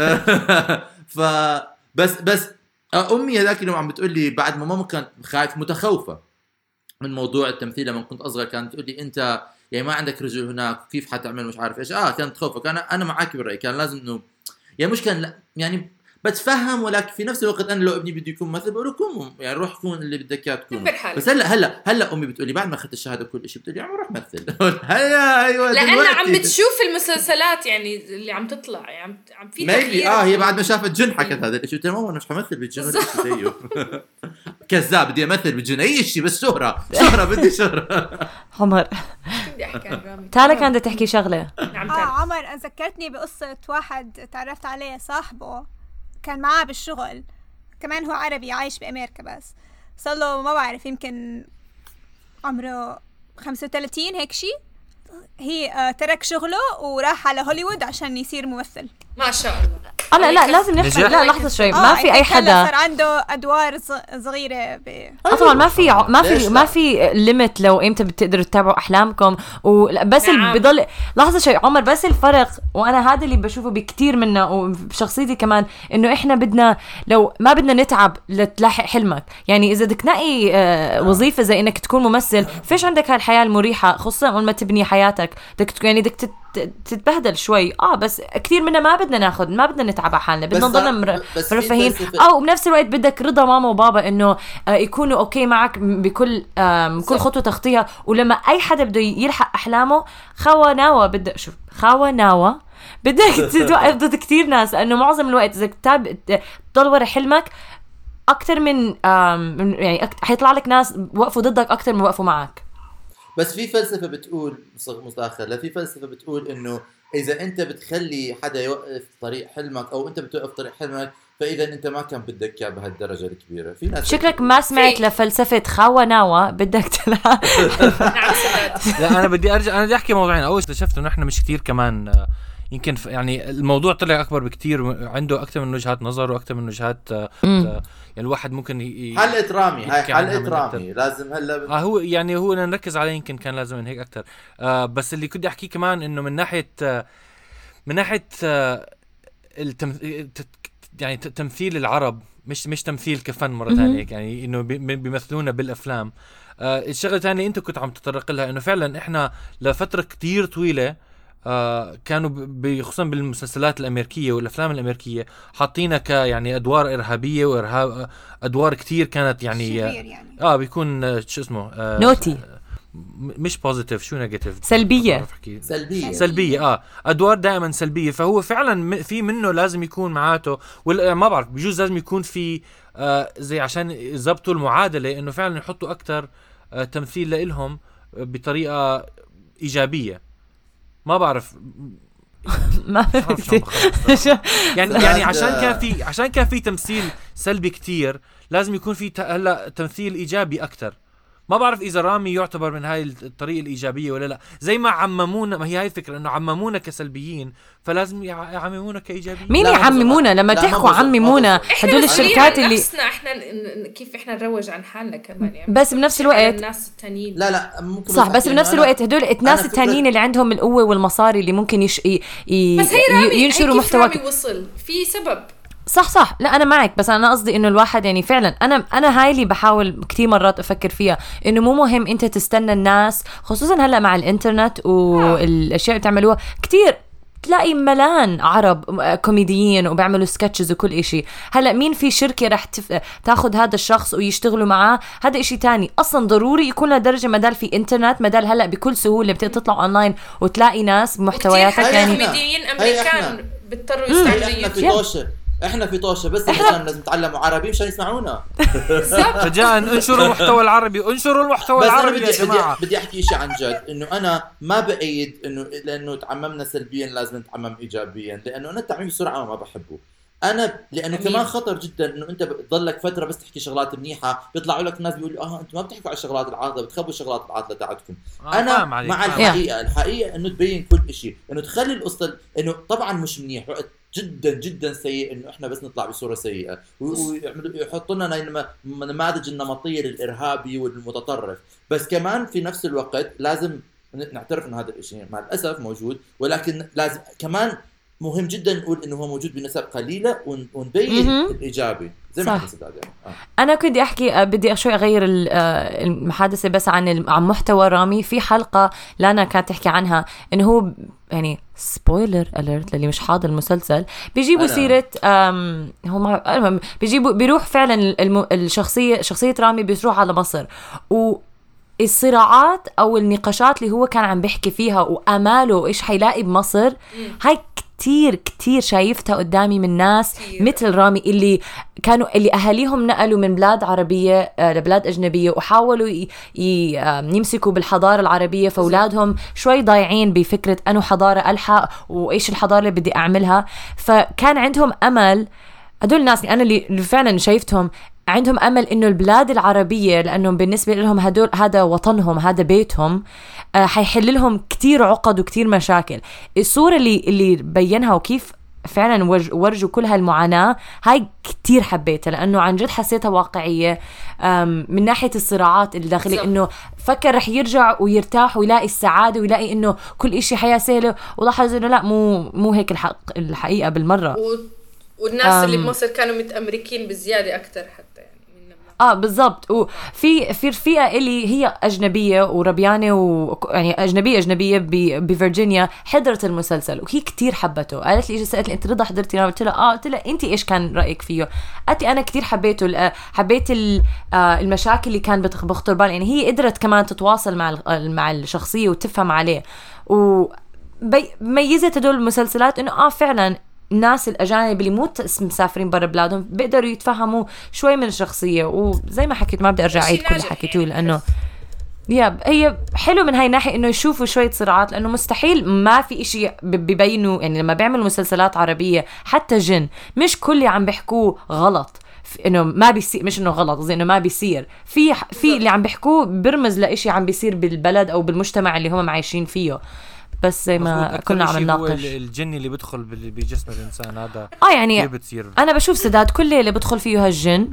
بس أمي هذاك اليوم عم بتقول لي بعد ما ماما كانت خايفة متخوفة من موضوع التمثيل لما كنت أصغر، كانت تقول لي يعني ما عندك رجل هناك، كيف حتعمل مش عارف ايش. كانت تخوفك. انا معاك بالراي، كان لازم انه يعني مش كان يعني بتفهم، ولكن في نفس الوقت انا لو ابني بده يكون مثل بقول لكم يعني روح كون اللي بدك اياه تكون. بس هلا امي بتقولي بعد ما اخذت الشهاده كل شيء بتقولي عم روح مثل. هيا ايوه لانه عم بتشوف المسلسلات يعني اللي عم تطلع يعني عم في تغيير. هي بعد ما شافت جن حكت هذا الشيء. قلت لها ماما انا مش حمثل بالجن ولا شيء زيه. كذاب، بدي امثل بالجن اي شيء بس شهره بدي شهره. عمر بدي احكي عن رامي. تالا كانت تحكي شغله. نعم عمر ذكرتني بقصه واحد تعرفت عليه، صاحبه كان معاه بالشغل، كمان هو عربي عايش بأمريكا، بس صار له ما بعرف يمكن عمره 35 هيك شي. هي ترك شغله وراح على هوليوود عشان يصير ممثل. ما شاء الله. لا لازم نحكي. لا لحظه شوي، ما في اي حدا صار عنده ادوار صغيره طبعا ما في ليميت لو امتى بتقدروا تتابعوا احلامكم وبس. نعم. بضل لحظه شوي عمر، بس الفرق، وانا هذا اللي بشوفه بكتير منا وبشخصيتي كمان، انه احنا بدنا لو ما بدنا نتعب لتلاحق حلمك. يعني اذا بدك تلاقي وظيفه زي انك تكون ممثل، فيش عندك هالحياه المريحه، خصوصا لما تبني حياتك بدك تتبهدل شوي. بس كثير منا ما بدنا ناخذ، ما بدنا نتعب على حالنا، بدنا نضل مرفهين. وبنفس الوقت بدك رضا ماما وبابا انه يكونوا اوكي معك بكل خطوه تخطيها. ولما اي حدا بده يلحق احلامه بدك توقف ضد كثير ناس، لانه معظم الوقت اذا تضل ورا حلمك اكثر من يعني حيطلع لك ناس وقفوا ضدك اكثر من وقفوا معك. بس في فلسفة بتقول في فلسفة بتقول إنه إذا أنت بتخلي حدا يوقف طريق حلمك أو أنت بتوقف طريق حلمك، فإذا أنت ما كان بدك إياه بهالدرجة الكبيرة. في ناس شكلك ما سمعت لفلسفة خاوناوة بدك تلعب. لا أنا بدي أرجع، أنا بدي أحكي موضوعين. أول اكتشفت إنه إحنا مش كتير كمان يمكن يعني الموضوع طلع أكبر بكتير، عنده أكثر من وجهات نظر وأكثر من وجهات يعني الواحد ممكن حلقة رامي، هاي حلقة رامي لازم هلا هو يعني هو نركز عليه، يمكن كان لازم من هيك أكتر. بس اللي كنت أحكيه كمان إنه من ناحية يعني تمثيل العرب مش تمثيل كفن مرة ثانية، يعني إنه بيمثلونا بالأفلام. الشغلة ثانية أنت كنت عم تطرق لها، إنه فعلا إحنا لفترة كتير طويلة كانوا خصوصا بالمسلسلات الأمريكية والأفلام الأمريكية حاطينها يعني أدوار إرهابية وإرهاب، أدوار كتير كانت يعني بيكون شو اسمه نوتي، مش بوزيتيف، شو نيجاتيف، سلبية أدوار دائما سلبية. فهو فعلا في منه لازم يكون معاته، ما بعرف بجوز لازم يكون في زي عشان يضبطوا المعادلة، إنه فعلا يحطوا أكتر تمثيل لإلهم بطريقة إيجابية. ما بعرف يعني عشان كان في تمثيل سلبي كتير، لازم يكون في هلا تمثيل إيجابي أكتر. ما بعرف إذا رامي يعتبر من هاي الطريقة الإيجابية ولا لا. زي ما عممونا، ما هي هاي الفكرة، إنه عممونا كسلبيين فلازم يعممونا كإيجابيين. مين يعممونا؟ لما تحكوا عممونا هدول الشركات اللي احنا كيف احنا نروج عن حالنا كمان يعني. بس بنفس الوقت الناس التانيين لا ممكن صح، بس بنفس الوقت هدول الناس التانيين اللي عندهم القوة والمصاري اللي ممكن بس هي ينشروا محتوى وصل في سبب. صح لا أنا معك، بس أنا قصدي إنه الواحد يعني فعلا أنا هاي اللي بحاول كتير مرات أفكر فيها، إنه مو مهم أنت تستنى الناس، خصوصا هلأ مع الإنترنت والأشياء اللي بتعملوها كتير، تلاقي ملان عرب كوميديين وبيعملوا سكتشز وكل إشي. هلأ مين في شركة رح تاخد هذا الشخص ويشتغلوا معاه؟ هذا إشي تاني. أصلا ضروري يكون لدرجة مدال في إنترنت، مدال هلأ بكل سهولة بتطلع أونلاين وتلاقي ناس بمحتوياتك يعني كوميديين أمريكان بيضطروا يستعملوا احنا في طوشة بس احنا لازم نتعلم عربي مشان يسمعونا. رجاء انشروا المحتوى العربي، انشروا المحتوى العربي يا جماعة. بدي احكي شيء عن جد، انه انا ما بأيد انه لانه تعممنا سلبيا لازم نتعمم ايجابيا، لانه انا التعميم بسرعة ما بحبه انا، لانه كمان خطر جدا انه انت بتضلك فترة بس تحكي شغلات منيحة، بيطلعوا لك ناس بيقولوا انتم ما بتحكوا على الشغلات العاطلة، بتخبوا الشغلات العاطلة تاعتكم. انا مع الحقيقة انه تبين كل شيء، انه تخلي القصة، انه طبعا مش منيح وقت جدا جدا سيء انه احنا بس نطلع بصوره سيئه ويحطوا لنا نماذج النمطيه للارهابي والمتطرف. بس كمان في نفس الوقت لازم نعترف ان هذا الشيء مع الاسف موجود، ولكن لازم كمان مهم جدا نقول انه هو موجود بنسب قليله ونبين الايجابي زي ما حكيت يعني. انا كنت احكي بدي شوي اغير المحادثه بس عن محتوى رامي. في حلقه لانا كانت تحكي عنها انه هو يعني سبويلر اليرت للي مش حاضر المسلسل، بيجيبوا سيره هم بيروح فعلا شخصيه رامي بتروح على مصر، والصراعات او النقاشات اللي هو كان عم بيحكي فيها واماله ايش حيلاقي بمصر، هاي كتير شايفتها قدامي من ناس مثل رامي اللي أهاليهم نقلوا من بلاد عربية لبلاد أجنبية وحاولوا يمسكوا بالحضارة العربية، فأولادهم شوي ضايعين بفكرة أنه حضارة ألحق وإيش الحضارة اللي بدي أعملها. فكان عندهم أمل، هدول الناس أنا اللي فعلا شايفتهم عندهم أمل إنه البلاد العربية لأنهم بالنسبة لهم هدول هذا وطنهم هذا بيتهم، حيحل لهم كتير عقد وكتير مشاكل. الصورة اللي بينها وكيف فعلا ورجوا كل هالمعاناة هاي كتير حبيتها، لأنه عن جد حسيتها واقعية من ناحية الصراعات الداخلية، إنه فكر رح يرجع ويرتاح ويلاقي السعادة ويلاقي إنه كل إشي حياة سهلة، ولاحظ إنه لا مو هيك الحقيقة بالمرة. والناس اللي بمصر كانوا متأمريكين بزيادة أكتر حتى بالضبط. وفي رفيقة اللي هي أجنبية وربيانة يعني أجنبية بفرجينيا حضرت المسلسل وهي كتير حبته. قالت لي سألت لي أنت رضا حضرتي؟ قلت لها أنت إيش كان رأيك فيه؟ قالت لي أنا كتير حبيته، حبيت المشاكل اللي كان بخطر بالي، يعني هي قدرت كمان تتواصل مع الشخصية وتفهم عليه، وميزت هدول المسلسلات إنه فعلا الناس الأجانب اللي مو مسافرين برا بلادهم بيقدروا يتفهموا شوي من الشخصية. وزي ما حكيت ما بدي أرجع أعيد كل اللي حكيتوه، لأنه هي حلو من هاي الناحية إنه يشوفوا شوية صراعات، لأنه مستحيل ما في إشي بيبينوا. يعني لما بيعملوا مسلسلات عربية حتى جن مش كل اللي عم بيحكوه غلط، إنه ما بيصير، مش إنه غلط قصدي إنه ما بيصير، في اللي عم بيحكوه برمز لإشي عم بيصير بالبلد أو بالمجتمع اللي هم عايشين فيه. بس زي ما كنا عم نناقش الجن اللي بدخل بجسم الإنسان هذا يعني أنا بشوف سداد كل اللي بدخل فيه هالجن.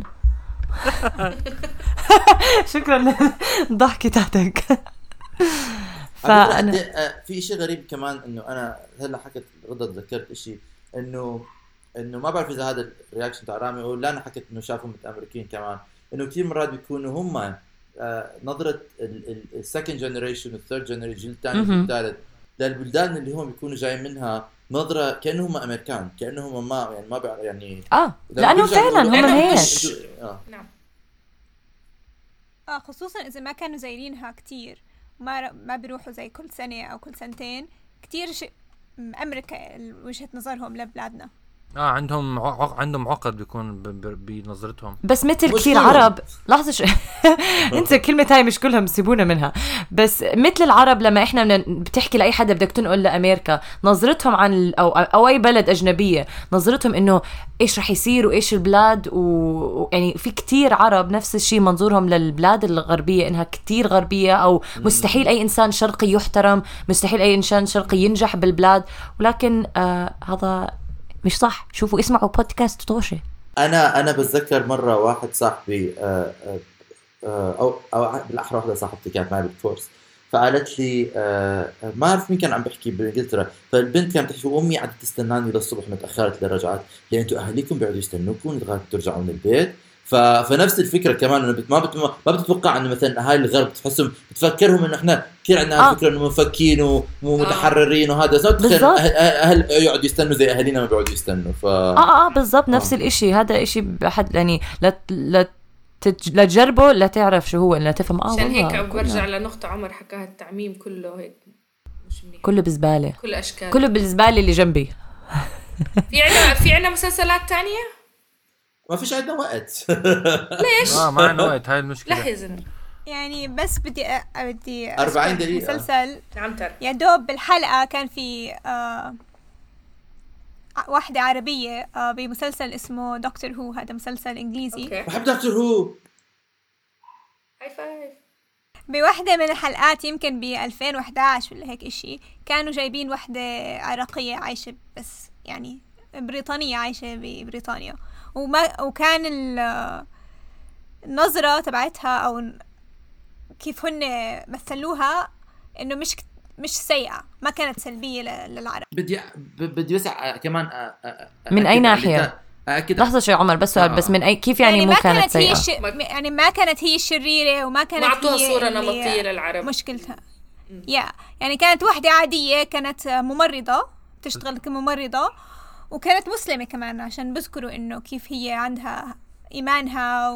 شكرا ضحكي تحتك. فأنا في شيء غريب كمان إنه أنا هلا حكت رضا تذكرت إشي إنه ما بعرف إذا هذا الرياكشن تاع رامي أو لا، أنا حكت إنه شافهم متأمريكين كمان، إنه كتير مرات بيكونوا هم نظرة السكند جنريشن والثيرد جنريشن الثاني والثالث للبلدان اللي هم بيكونوا جايين منها نظرة كأنهم أمريكان، كأنهم ما يعني ما بيعرف يعني لأنه فعلا هم هيك. نعم. خصوصا إذا ما كانوا زايرينها كتير، ما بيروحوا زي كل سنة أو كل سنتين كتير أمريكا وجهة نظرهم لبلادنا. عندهم عقد بيكون بنظرتهم. بس مثل كثير عرب لحظة انت كلمة هاي مش كلهم سيبونا منها، بس مثل العرب لما احنا بتحكي لأي حدا بدك تنقل لأمريكا نظرتهم عن أو أي بلد أجنبية، نظرتهم إنه إيش رح يصير وإيش البلاد يعني في كتير عرب نفس الشيء منظورهم للبلاد الغربية إنها كتير غربية، أو مستحيل أي إنسان شرقي يحترم، مستحيل أي إنسان شرقي ينجح بالبلاد. ولكن هذا مش صح. شوفوا اسمعوا بودكاست طوشة. انا بتذكر مره واحد صاحبي او بالاحرى واحده صاحبتي كانت معي بالكورس، فقالت لي ما اعرف مين كان عم بحكي بانجلترا، فالبنت كانت تحكي امي قعدت تستناني للصبح متاخرت للرجعات، لان انتوا اهاليكم بيقعدوا يستنوكم لغايه ترجعوا من البيت. فنفس الفكره كمان انه ما بتتوقع انه مثلا اهالي الغرب تحسهم بتفكرهم انه احنا كثير عندنا فكره انه مفكين ومتحررين وهذا اهل يقعدوا يستنوا زي اهالينا ما بيقعدوا يستنوا. بالضبط نفس الاشي. هذا اشي بحد يعني لا تجربه لا تعرف شو هو، لا تفهم. عشان هيك برجع لنقطه عمر حكاها، التعميم كله هيك مش منيح، كله بزباله، كل اشكال، كله بالزباله اللي جنبي. في عنا مسلسلات تانية ما فيش عندنا وقت. ليش؟ ما عندنا وقت، هاي المشكلة. لحظة يعني بس بدي 40 دقيقة مسلسل يا دوب بالحلقة كان في واحدة عربية بمسلسل اسمه دكتور هو، هذا مسلسل إنجليزي. بحب دكتور هو. هاي فايف. بواحدة من الحلقات يمكن ب2011 ولا هيك إشي، كانوا جايبين واحدة عراقية عايشة بس يعني بريطانية عايشة ببريطانيا، وكان النظرة تبعتها أو كيف هن مثلوها إنه مش سيئة، ما كانت سلبية للعرب. بدي وسع كمان من أي ناحية؟ لحظة شيء عمر، بس سؤال بس من أي كيف يعني مو كانت سيئة؟ يعني ما كانت هي الشريرة وما كانت معطوها هي صورة نمطية للعرب مشكلتها. يعني كانت واحدة عادية، كانت ممرضة تشتغل كممرضة وكانت مسلمة كمان، عشان بذكروا إنه كيف هي عندها إيمانها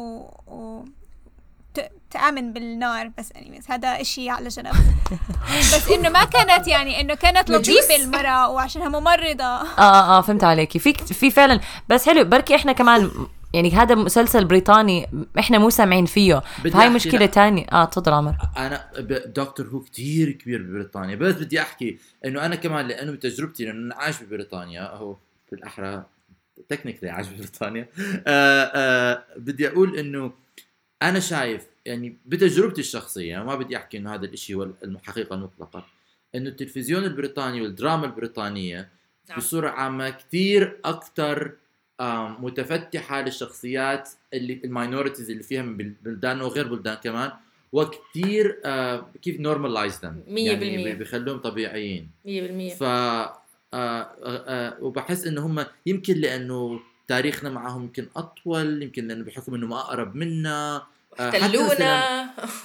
تآمن بالنار. بس يعني هذا إشي على جنب. بس إنه ما كانت يعني إنه كانت لطيفة المرأة وعشانها ممرضة. فهمت عليكي. في فعلا. بس حلو بركي إحنا كمان يعني هذا مسلسل بريطاني إحنا مو سامعين فيه، هاي مشكلة تانية. تفضل عمر. أنا دكتور هو كتير كبير ببريطانيا، بس بدي أحكي إنه أنا كمان لأنه بتجربتي لأنه أنا عايش ببريطانيا، أهو بالأحرى تكنيكلي عايش ببريطانيا. بدي أقول إنه أنا شايف يعني بتجربتي الشخصية، ما بدي أحكي إنه هذا الإشي هو الحقيقة المطلقة، إنه التلفزيون البريطاني والدراما البريطانية بصورة عامة كتير أكتر متفتحة للشخصيات اللي الماينورتيز اللي فيها من بلدان وغير بلدان كمان، وكتير كيف نورمالايز ذم، يعني بيخلوهم طبيعيين 100%. وبحس إنه هم يمكن لأنه تاريخنا معهم يمكن أطول، يمكن لأنه بحكم إنه ما أقرب منا احتلونا.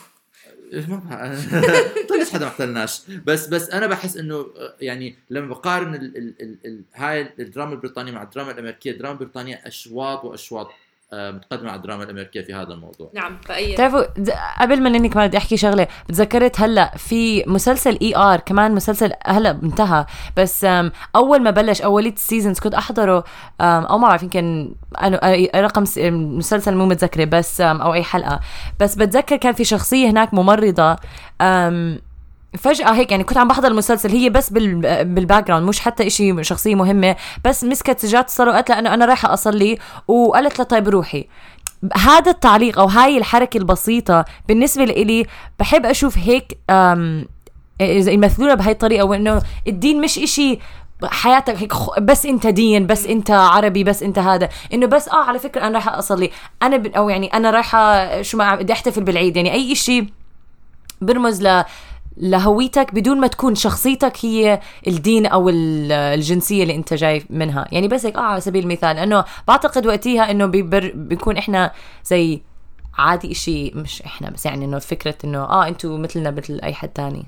طلعش حدا ما احتلناش. بس أنا بحس إنه يعني لما بقارن هاي الدراما البريطانية مع الدراما الأمريكية، الدراما البريطانية أشواط وأشواط متقدمة على الدراما الأمريكية في هذا الموضوع. نعم. تعرفوا قبل ما إنك ما بدي أحكي شغلة، بتذكرت هلأ في مسلسل ER كمان، مسلسل هلأ انتهى، بس أول ما بلش أولية السيزونز كنت أحضره، أو ما أعرف يمكن أنا رقم مسلسل مو متذكرة بس أو أي حلقة، بس بتذكر كان في شخصية هناك ممرضة فجأة هيك يعني كنت عم بحضر المسلسل، هي بس بالباك جراوند، مش حتى إشي شخصية مهمة، بس مسكت سجات الصلاة وقالت لها أنا رايحة أصلي، وقالت لها طيب روحي. هذا التعليق أو هاي الحركة البسيطة بالنسبة لي بحب أشوف هيك إذا يمثلونها بهاي الطريقة، وإنه الدين مش إشي حياتك هيك بس أنت دين، بس أنت عربي، بس أنت هذا، إنه بس على فكرة أنا رايحة أصلي، أنا أو يعني أنا رايحة شو ما بدي أحتفل بالعيد، يعني أي إشي برمز لهويتك بدون ما تكون شخصيتك هي الدين أو الجنسية اللي أنت جاي منها، يعني بس هيك على سبيل المثال، إنه بعتقد وقتها إنه بيكون إحنا زي عادي إشي، مش إحنا بس يعني إنه فكرة إنه أنتوا مثلنا مثل أي حد تاني.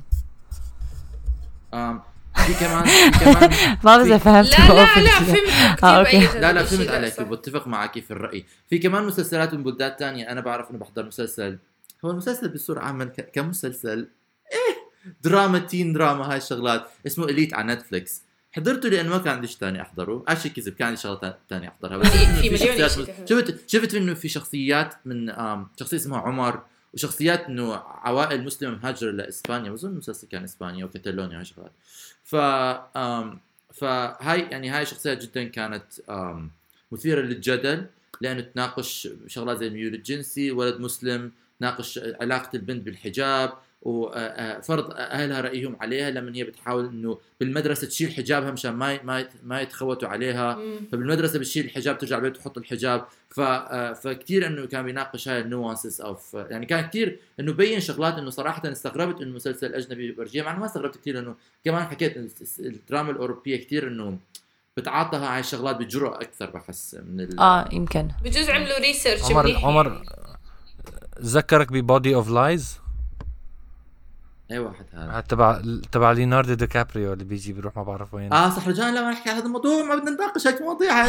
في كمان ما بس فهمت. لا فهمت. لا فهمت عليك، بتفق معك في الرأي. في كمان مسلسلات من بلدات تانية، أنا بعرف إنه بحضر مسلسل، هو المسلسل بصورة عامة كمسلسل دراما تين دراما، هاي الشغلات اسمه إليت على نتفليكس. حضرته لأنه ما كان عنديش تاني أحضره، عشان كذب كان عندي شغلات تانية أحضرها، بس شفت إنه في شخصيات من شخصية اسمها عمر، وشخصيات إنه عوائل مسلمة مهاجرة لإسبانيا، بظن المسلسل كان إسبانيا وكتالونيا، هاي شغلات. فهاي يعني هاي شخصيات جدا كانت مثيرة للجدل، لأنه تناقش شغلات زي الميول الجنسي، ولد مسلم ناقش علاقة البنت بالحجاب وفرض أهلها رأيهم عليها لما هي بتحاول إنه بالمدرسة تشيل حجابها مشان ما يتخوتوا عليها، فبالمدرسة بتشيل الحجاب ترجع البيت تحط الحجاب. فكتير إنه كان بيناقش هاي النوانسز يعني كان كتير إنه بين شغلات إنه صراحة استغربت إنه مسلسل أجنبي برجيه، مع ما استغربت كتير إنه كمان حكيت إن الدراما الأوروبية كتير إنه بتعاطها هاي الشغلات بجرأة أكثر، بحس من يمكن بجوز عملوا ريسيرش. عمر ذكرك ببودي اوف لايز؟ اي واحد هذا تبع ليوناردو دي كابريو اللي بيجي بيروح ما بعرف وين. صح رجعنا لا ما نحكي على هذا الموضوع، ما بدنا نناقش هاي المواضيع.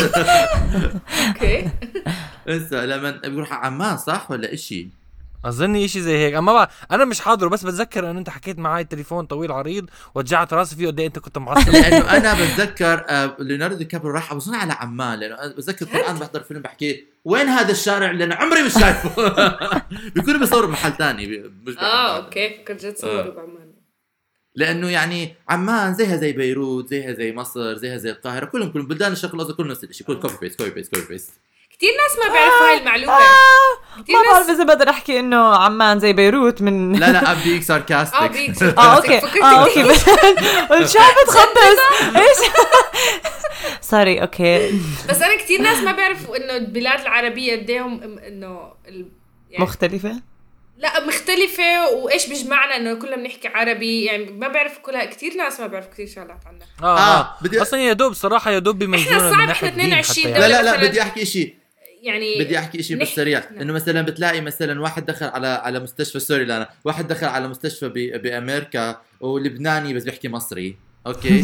اوكي انسى لما بيروح على عمان صح ولا إشي، اظني إشي زي هيك، اما انا مش حاضره، بس بتذكر ان انت حكيت معي تليفون طويل عريض وجعت راسي فيه قد ايه انت كنت معصب. لانه انا بتذكر ليوناردو دي كابريو راح اظن على عمان، لانه انا بتذكر طبعا بحضر فيلم بحكي وين هذا الشارع اللي انا عمري مش شايفه. بيكونوا بيصوروا بمحل تاني مش اوكي كنت تصوروا بعمان، لانه يعني عمان زيها زي بيروت، زيها زي مصر، زيها زي القاهره، كلهم بلدان الشرق الاوسط كلهم نفس الشيء، كل كوبي بيست. كتير ناس ما بيعرفوا هاي المعلومة. ما بعرف إذا بقدر أحكي إنه عمان زي بيروت من لا أبديك ساركاستيك. أوكي بس الشعب بتخبص إيش سوري أوكي. بس أنا كتير ناس ما بيعرفوا إنه البلاد العربية بديهم إنه يعني مختلفة. لا مختلفة، وإيش بيجمعنا إنه كلنا بنحكي عربي، يعني ما بعرف كلها كتير ناس ما بعرف كتير شغلات عنها. أصلا يا دوب صراحة يا دوب بيميزونا من ناحية الدين حتى يعني. لا بدي أحكي إشي يعني بدي أحكي إشي بالسريع، إنه مثلا بتلاقي مثلا واحد دخل على مستشفى سوري لنا، واحد دخل على مستشفى بأمريكا ولبناني بس بيحكي مصري. اوكي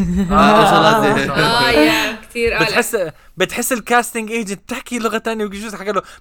يا كثير بتحس الكاستنج ايجنت تحكي لغه ثانيه وجوز حكى له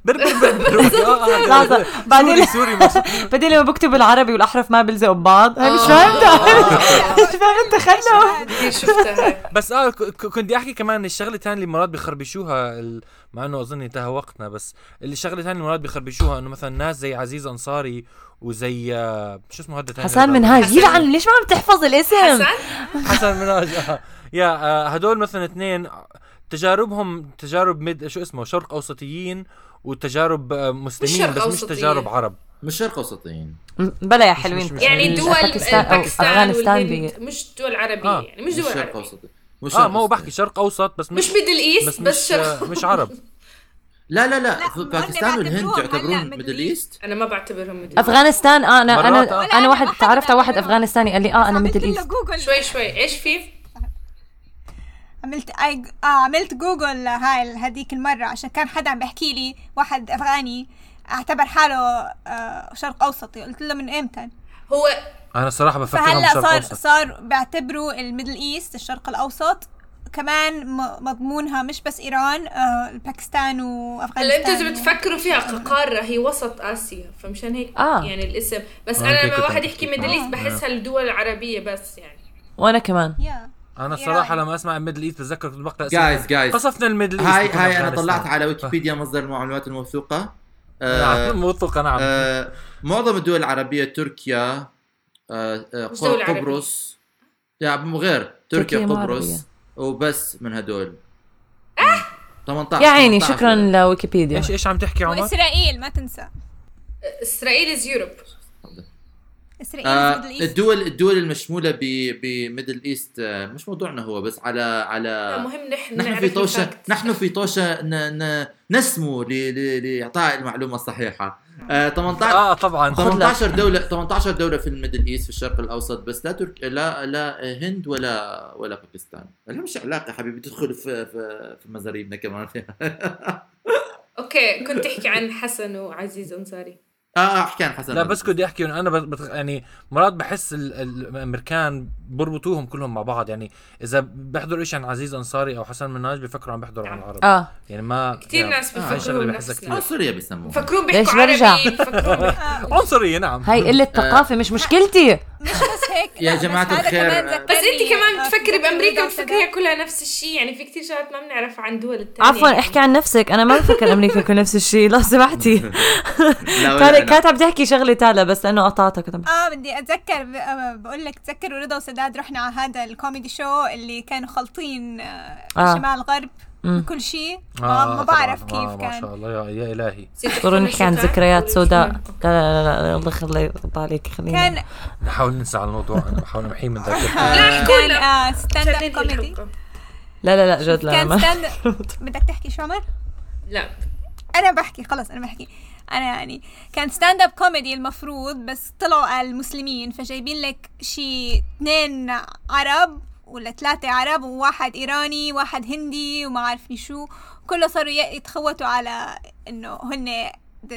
بعدين بعدين لما بكتب العربي والاحرف ما بيلزقوا ببعض. مش فاهم تخلوا شفتها. بس كنت بدي احكي كمان الشغله الثانيه اللي مرات بيخربشوها، مع انه اظن انتهى وقتنا، بس الشغله الثانيه مرات بيخربشوها انه مثلا ناس زي عزيز انصاري وزي شو اسمه هذا حسن منهاج. يلعن ليش ما عم تحفظ الاسم؟ حسن منهاج. يا هدول مثلا اثنين تجاربهم تجارب شو اسمه شرق اوسطيين وتجارب مسلمين، بس مش تجارب عرب، مش شرق اوسطيين بلا يا حلوين. يعني دول باكستان او افغانستان مش دول عربيه يعني مش دول شرق اوسطي. ما هو بحكي شرق اوسط بس مش ميدل ايست بس مش عرب. لا باكستان والهند يعتبرون ميدل ايست. انا ما بعتبرهم ميدل افغانستان. انا واحد تعرفت على واحد افغانستاني قال لي انا ميدل ايست. شوي ايش في عملت جوجل هاي هذيك المره عشان كان حدا عم بيحكي لي واحد افغاني اعتبر حاله شرق اوسطي. قلت له من امتى هو؟ انا الصراحه بفكرهم شرق اوسط. صار بيعتبروا الميدل ايست الشرق الاوسط كمان مضمونها مش بس ايران، باكستان وافغانستان. انتوا اذا بتفكروا فيها كقاره هي وسط اسيا، فمشان هيك يعني الاسم. بس انا لما واحد يحكي ميدل ايست بحسها الدول العربيه بس يعني. وانا كمان انا الصراحه لما اسمع الميدل ايست بتذكر كنت بقرا جايز قصفنا الميدل ايست. هاي انا طلعت على ويكيبيديا مصدر المعلومات الموثوقه. موثوقه نعم. معظم الدول العربيه تركيا، قبرص، يعني غير تركيا قبرص وبس من هدول 18. يا عيني شكرا لويكيبيديا. ايش عم تحكي عمر؟ واسرائيل ما تنسى. اسرائيل از يوروب. الدول المشموله بميدل ايست مش موضوعنا هو، بس على مهم نحن في طوشة نسمو لاعطاء المعلومه الصحيحه. 18 طبعا 18 دوله في الميدل ايست في الشرق الاوسط، بس لا هند ولا باكستان. مش علاقه حبيبي تدخل في مزاريبنا كمان فيها. اوكي كنت تحكي عن حسن وعزيز انصاري. احكي عن حسن. لا بس كنت احكي انه انا يعني مرات بحس الامريكان بربطوهم كلهم مع بعض، يعني اذا بيحضروا شيء عن عزيز انصاري او حسن منهاج بيفكروا عم بيحضروا عن العرب. يعني ما كثير ناس بيفكروا نفس عنصريه بيسموها، بيفكرون بيحكوا عربي، بيفكرون عنصريه. نعم هاي قله ثقافه مش مشكلتي. مش بس هيك يا جماعه الخير. بس انت كمان بتفكري بامريكا بتفكريها كلها نفس الشيء، يعني في كثير شغلات ما بنعرف عن دول الثانيه. عفوا احكي عن نفسك، انا ما بفكر امريكا كل نفس الشيء لو سمحتي. كانت عم تحكي شغله تالا بس لانه قطعتك. بدي اتذكر بقول لك تذكروا رضا وسداد رحنا على هذا الكوميدي شو اللي كانوا خلطين شمال غرب كل شيء. ما بعرف كيف كان. ما شاء الله يا الهي. صرنا نحكي عن ذكريات سوداء. لا الله يرضى عليك. خلينا نحاول ننسى على الموضوع. انا بحاول امحيه من ذاكرتي. كان ستاند اب كوميدي. لا جد لا. كان ستاند. بدك تحكي شو عمر؟ لا انا بحكي خلص. انا يعني كان ستاند اب كوميدي المفروض، بس طلعوا المسلمين فجايبين لك شي 2 عرب ولا 3 عرب وواحد ايراني واحد هندي وما عارفني شو، كله صاروا يتخوتوا على انه هن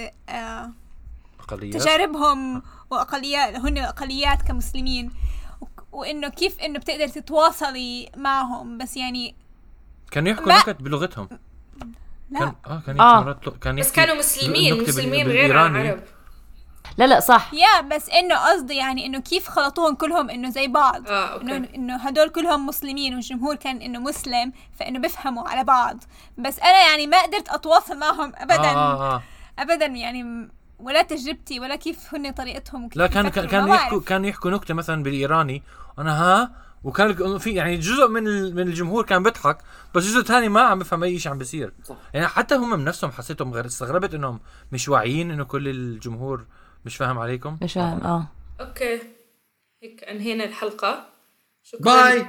تجاربهم واقليات، هن اقليات كمسلمين، وانه كيف انه بتقدر تتواصلي معهم. بس يعني كانوا يحكوا نكت بلغتهم. لا كان بس كانوا مسلمين غير عرب. لا صح. بس انه قصدي يعني انه كيف خلطوهم كلهم انه زي بعض. انه هدول كلهم مسلمين والجمهور كان انه مسلم، فانه بيفهموا على بعض. بس انا يعني ما قدرت اتواصل معهم ابدا. ابدا يعني، ولا تجربتي ولا كيف هن طريقتهم. لا كانوا يحكوا نكته مثلا بالايراني انا وكان في يعني جزء من الجمهور كان بيضحك، بس جزء ثاني ما عم بفهم اي شيء عم بيصير. يعني حتى هم من نفسهم حسيتهم غير، استغربت انهم مش واعيين انه كل الجمهور مش فاهم عليكم. مش فاهم. اوكي هيك انهينا الحلقه. شكرا باي.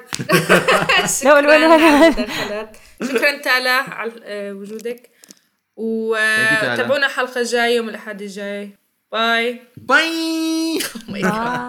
شكرا تالا على وجودك، وتابعونا الحلقه الجايه يوم الاحد الجاي. باي باي. Oh my God.